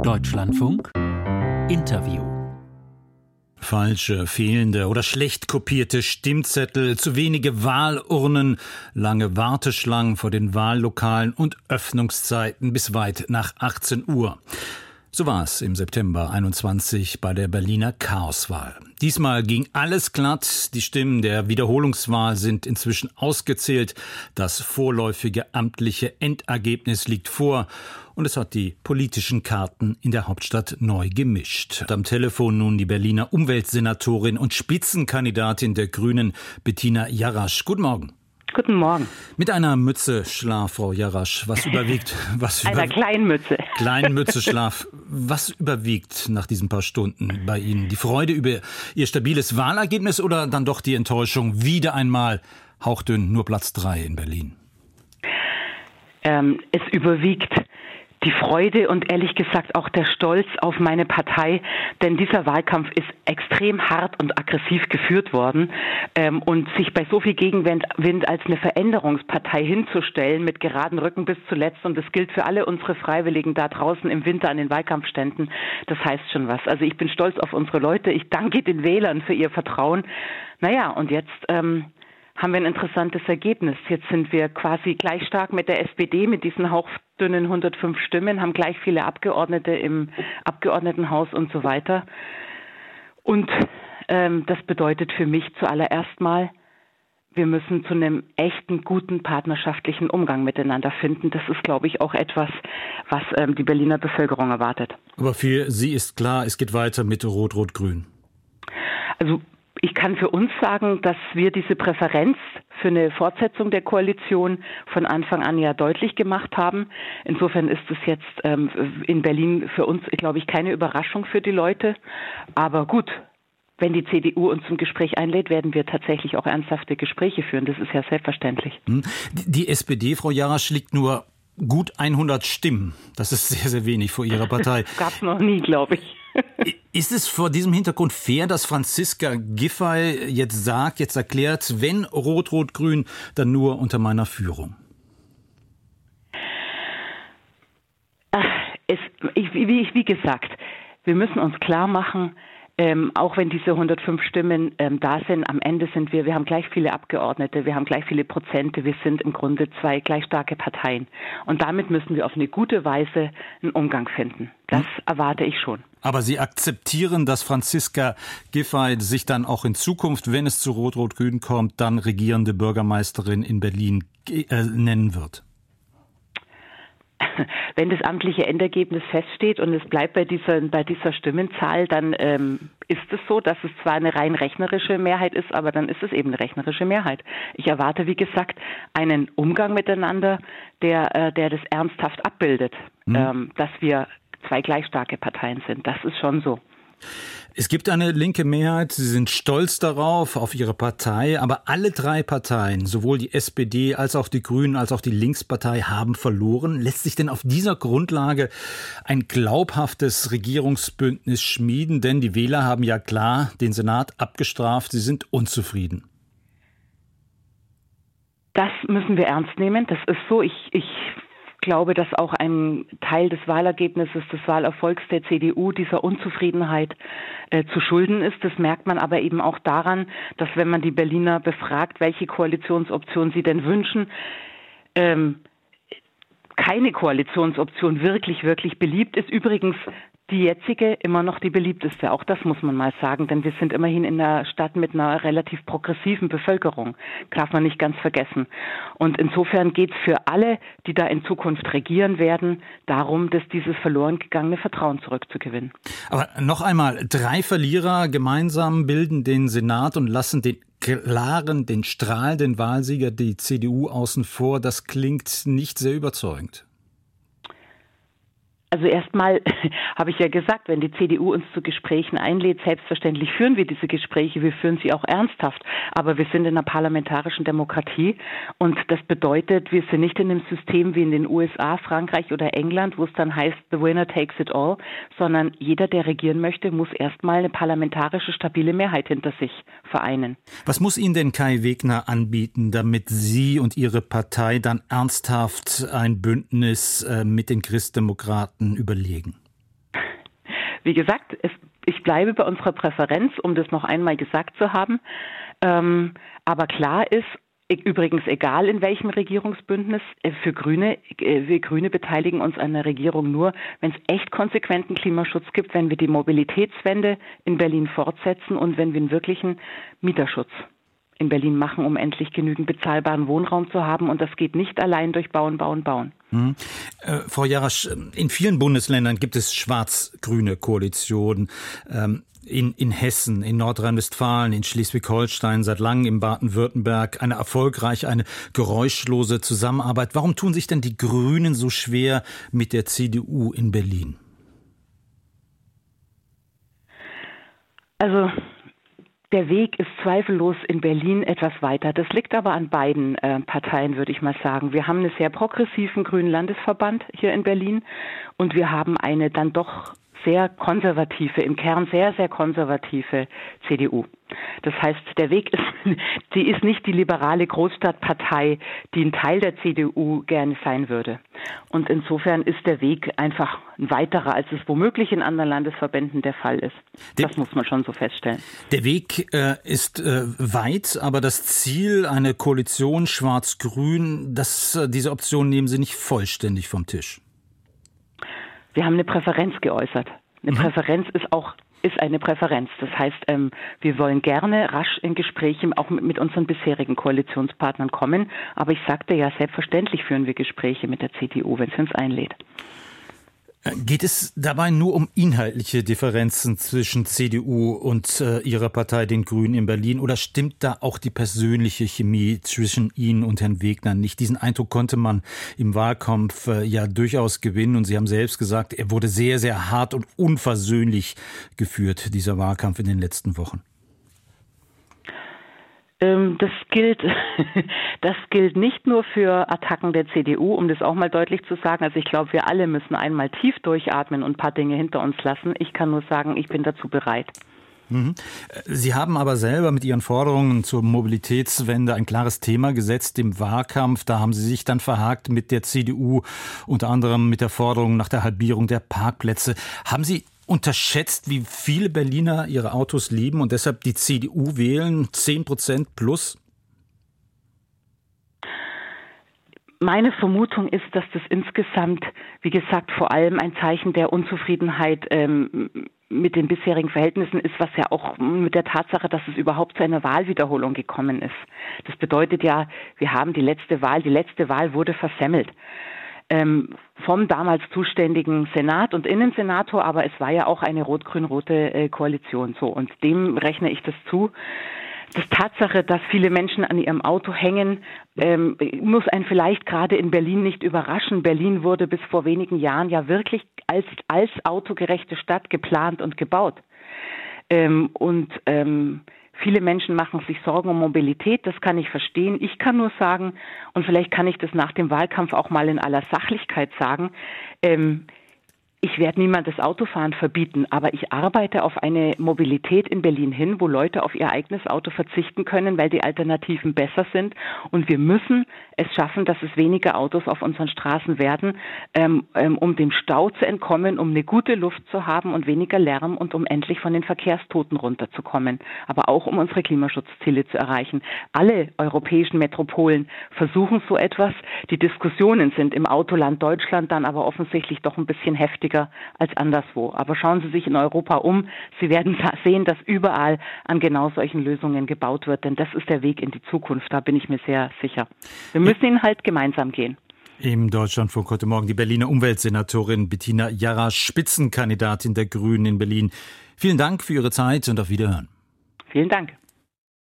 Deutschlandfunk Interview. Falsche, fehlende oder schlecht kopierte Stimmzettel, zu wenige Wahlurnen, lange Warteschlangen vor den Wahllokalen und Öffnungszeiten bis weit nach 18 Uhr. So war es im September 21 bei der Berliner Chaoswahl. Diesmal ging alles glatt. Die Stimmen der Wiederholungswahl sind inzwischen ausgezählt. Das vorläufige amtliche Endergebnis liegt vor. Und es hat die politischen Karten in der Hauptstadt neu gemischt. Am Telefon nun die Berliner Umweltsenatorin und Spitzenkandidatin der Grünen, Bettina Jarasch. Guten Morgen. Guten Morgen. Mit einer Mütze Schlaf, Frau Jarasch. Was überwiegt? Einer kleinen Mütze. Kleinen Mütze Schlaf. Was überwiegt nach diesen paar Stunden bei Ihnen? Die Freude über Ihr stabiles Wahlergebnis oder dann doch die Enttäuschung? Wieder einmal hauchdünn, nur Platz 3 in Berlin. Es überwiegt die Freude und ehrlich gesagt auch der Stolz auf meine Partei, denn dieser Wahlkampf ist extrem hart und aggressiv geführt worden und sich bei so viel Gegenwind als eine Veränderungspartei hinzustellen mit geradem Rücken bis zuletzt, und das gilt für alle unsere Freiwilligen da draußen im Winter an den Wahlkampfständen, das heißt schon was. Also ich bin stolz auf unsere Leute, ich danke den Wählern für ihr Vertrauen. Naja, und jetzt haben wir ein interessantes Ergebnis. Jetzt sind wir quasi gleich stark mit der SPD, mit diesen hauchdünnen 105 Stimmen, haben gleich viele Abgeordnete im Abgeordnetenhaus und so weiter. Und das bedeutet für mich zuallererst mal, wir müssen zu einem echten, guten, partnerschaftlichen Umgang miteinander finden. Das ist, glaube ich, auch etwas, was die Berliner Bevölkerung erwartet. Aber für Sie ist klar, es geht weiter mit Rot-Rot-Grün. Also ich kann für uns sagen, dass wir diese Präferenz für eine Fortsetzung der Koalition von Anfang an ja deutlich gemacht haben. Insofern ist es jetzt in Berlin für uns, glaube ich, keine Überraschung für die Leute. Aber gut, wenn die CDU uns zum Gespräch einlädt, werden wir tatsächlich auch ernsthafte Gespräche führen. Das ist ja selbstverständlich. Die SPD, Frau Jarasch, liegt nur gut 100 Stimmen. Das ist sehr, sehr wenig vor Ihrer Partei. Gab es noch nie, glaube ich. Ist es vor diesem Hintergrund fair, dass Franziska Giffey jetzt erklärt, wenn Rot-Rot-Grün, dann nur unter meiner Führung? Wie gesagt, wir müssen uns klar machen, auch wenn diese 105 Stimmen da sind, am Ende sind wir haben gleich viele Abgeordnete, wir haben gleich viele Prozente, wir sind im Grunde zwei gleich starke Parteien. Und damit müssen wir auf eine gute Weise einen Umgang finden. Das erwarte ich schon. Aber Sie akzeptieren, dass Franziska Giffey sich dann auch in Zukunft, wenn es zu Rot-Rot-Grün kommt, dann regierende Bürgermeisterin in Berlin nennen wird? Wenn das amtliche Endergebnis feststeht und es bleibt bei dieser Stimmenzahl, dann ist es so, dass es zwar eine rein rechnerische Mehrheit ist, aber dann ist es eben eine rechnerische Mehrheit. Ich erwarte, wie gesagt, einen Umgang miteinander, der das ernsthaft abbildet, dass wir zwei gleich starke Parteien sind. Das ist schon so. Es gibt eine linke Mehrheit, Sie sind stolz darauf, auf Ihre Partei, aber alle drei Parteien, sowohl die SPD als auch die Grünen als auch die Linkspartei, haben verloren. Lässt sich denn auf dieser Grundlage ein glaubhaftes Regierungsbündnis schmieden? Denn die Wähler haben ja klar den Senat abgestraft, sie sind unzufrieden. Das müssen wir ernst nehmen. Das ist so. Ich glaube, dass auch ein Teil des Wahlergebnisses, des Wahlerfolgs der CDU dieser Unzufriedenheit zu schulden ist. Das merkt man aber eben auch daran, dass wenn man die Berliner befragt, welche Koalitionsoption sie denn wünschen, keine Koalitionsoption wirklich, wirklich beliebt ist. Übrigens die jetzige immer noch die beliebteste. Auch das muss man mal sagen, denn wir sind immerhin in einer Stadt mit einer relativ progressiven Bevölkerung. Darf man nicht ganz vergessen. Und insofern geht es für alle, die da in Zukunft regieren werden, darum, dass dieses verloren gegangene Vertrauen zurückzugewinnen. Aber noch einmal, 3 Verlierer gemeinsam bilden den Senat und lassen den klaren, den strahlenden Wahlsieger, die CDU, außen vor. Das klingt nicht sehr überzeugend. Also erstmal habe ich ja gesagt, wenn die CDU uns zu Gesprächen einlädt, selbstverständlich führen wir diese Gespräche, wir führen sie auch ernsthaft. Aber wir sind in einer parlamentarischen Demokratie und das bedeutet, wir sind nicht in einem System wie in den USA, Frankreich oder England, wo es dann heißt, the winner takes it all, sondern jeder, der regieren möchte, muss erstmal eine parlamentarische, stabile Mehrheit hinter sich vereinen. Was muss Ihnen denn Kai Wegner anbieten, damit Sie und Ihre Partei dann ernsthaft ein Bündnis mit den Christdemokraten überlegen? wie gesagt, ich bleibe bei unserer Präferenz, um das noch einmal gesagt zu haben. Aber klar ist, übrigens egal in welchem Regierungsbündnis, wir Grüne beteiligen uns an der Regierung nur, wenn es echt konsequenten Klimaschutz gibt, wenn wir die Mobilitätswende in Berlin fortsetzen und wenn wir einen wirklichen Mieterschutz in Berlin machen, um endlich genügend bezahlbaren Wohnraum zu haben. Und das geht nicht allein durch Bauen, Bauen, Bauen. Frau Jarasch, in vielen Bundesländern gibt es schwarz-grüne Koalitionen. In Hessen, in Nordrhein-Westfalen, in Schleswig-Holstein, seit langem in Baden-Württemberg eine erfolgreiche, eine geräuschlose Zusammenarbeit. Warum tun sich denn die Grünen so schwer mit der CDU in Berlin? Also der Weg ist zweifellos in Berlin etwas weiter. Das liegt aber an beiden Parteien, würde ich mal sagen. Wir haben einen sehr progressiven grünen Landesverband hier in Berlin und wir haben eine dann doch sehr konservative, im Kern sehr, sehr konservative CDU. Das heißt, der Weg sie ist nicht die liberale Großstadtpartei, die ein Teil der CDU gerne sein würde. Und insofern ist der Weg einfach ein weiterer, als es womöglich in anderen Landesverbänden der Fall ist. Das muss man schon so feststellen. Der Weg ist weit, aber das Ziel, eine Koalition schwarz-grün, diese Option nehmen Sie nicht vollständig vom Tisch. Wir haben eine Präferenz geäußert. Eine Präferenz ist eine Präferenz. Das heißt, wir wollen gerne rasch in Gespräche auch mit unseren bisherigen Koalitionspartnern kommen. Aber ich sagte ja, selbstverständlich führen wir Gespräche mit der CDU, wenn sie uns einlädt. Geht es dabei nur um inhaltliche Differenzen zwischen CDU und Ihrer Partei, den Grünen in Berlin, oder stimmt da auch die persönliche Chemie zwischen Ihnen und Herrn Wegner nicht? Diesen Eindruck konnte man im Wahlkampf ja durchaus gewinnen und Sie haben selbst gesagt, er wurde sehr, sehr hart und unversöhnlich geführt, dieser Wahlkampf in den letzten Wochen. Das gilt nicht nur für Attacken der CDU, um das auch mal deutlich zu sagen. Also ich glaube, wir alle müssen einmal tief durchatmen und ein paar Dinge hinter uns lassen. Ich kann nur sagen, ich bin dazu bereit. Sie haben aber selber mit Ihren Forderungen zur Mobilitätswende ein klares Thema gesetzt im Wahlkampf. Da haben Sie sich dann verhakt mit der CDU, unter anderem mit der Forderung nach der Halbierung der Parkplätze. Haben Sie unterschätzt, wie viele Berliner ihre Autos lieben und deshalb die CDU wählen, 10% plus? Meine Vermutung ist, dass das insgesamt, wie gesagt, vor allem ein Zeichen der Unzufriedenheit mit den bisherigen Verhältnissen ist, was ja auch mit der Tatsache, dass es überhaupt zu einer Wahlwiederholung gekommen ist. Das bedeutet ja, wir haben die letzte Wahl wurde versemmelt. Vom damals zuständigen Senat und Innensenator, aber es war ja auch eine rot-grün-rote Koalition. So, und dem rechne ich das zu. Das Tatsache, dass viele Menschen an ihrem Auto hängen, muss einen vielleicht gerade in Berlin nicht überraschen. Berlin wurde bis vor wenigen Jahren ja wirklich als autogerechte Stadt geplant und gebaut. Viele Menschen machen sich Sorgen um Mobilität, das kann ich verstehen. Ich kann nur sagen, und vielleicht kann ich das nach dem Wahlkampf auch mal in aller Sachlichkeit sagen, ich werde niemand das Autofahren verbieten, aber ich arbeite auf eine Mobilität in Berlin hin, wo Leute auf ihr eigenes Auto verzichten können, weil die Alternativen besser sind. Und wir müssen es schaffen, dass es weniger Autos auf unseren Straßen werden, um dem Stau zu entkommen, um eine gute Luft zu haben und weniger Lärm und um endlich von den Verkehrstoten runterzukommen. Aber auch um unsere Klimaschutzziele zu erreichen. Alle europäischen Metropolen versuchen so etwas. Die Diskussionen sind im Autoland Deutschland dann aber offensichtlich doch ein bisschen heftiger als anderswo. Aber schauen Sie sich in Europa um. Sie werden sehen, dass überall an genau solchen Lösungen gebaut wird. Denn das ist der Weg in die Zukunft. Da bin ich mir sehr sicher. Wir müssen ihn halt gemeinsam gehen. Im Deutschlandfunk heute Morgen die Berliner Umweltsenatorin Bettina Jarasch, Spitzenkandidatin der Grünen in Berlin. Vielen Dank für Ihre Zeit und auf Wiederhören. Vielen Dank.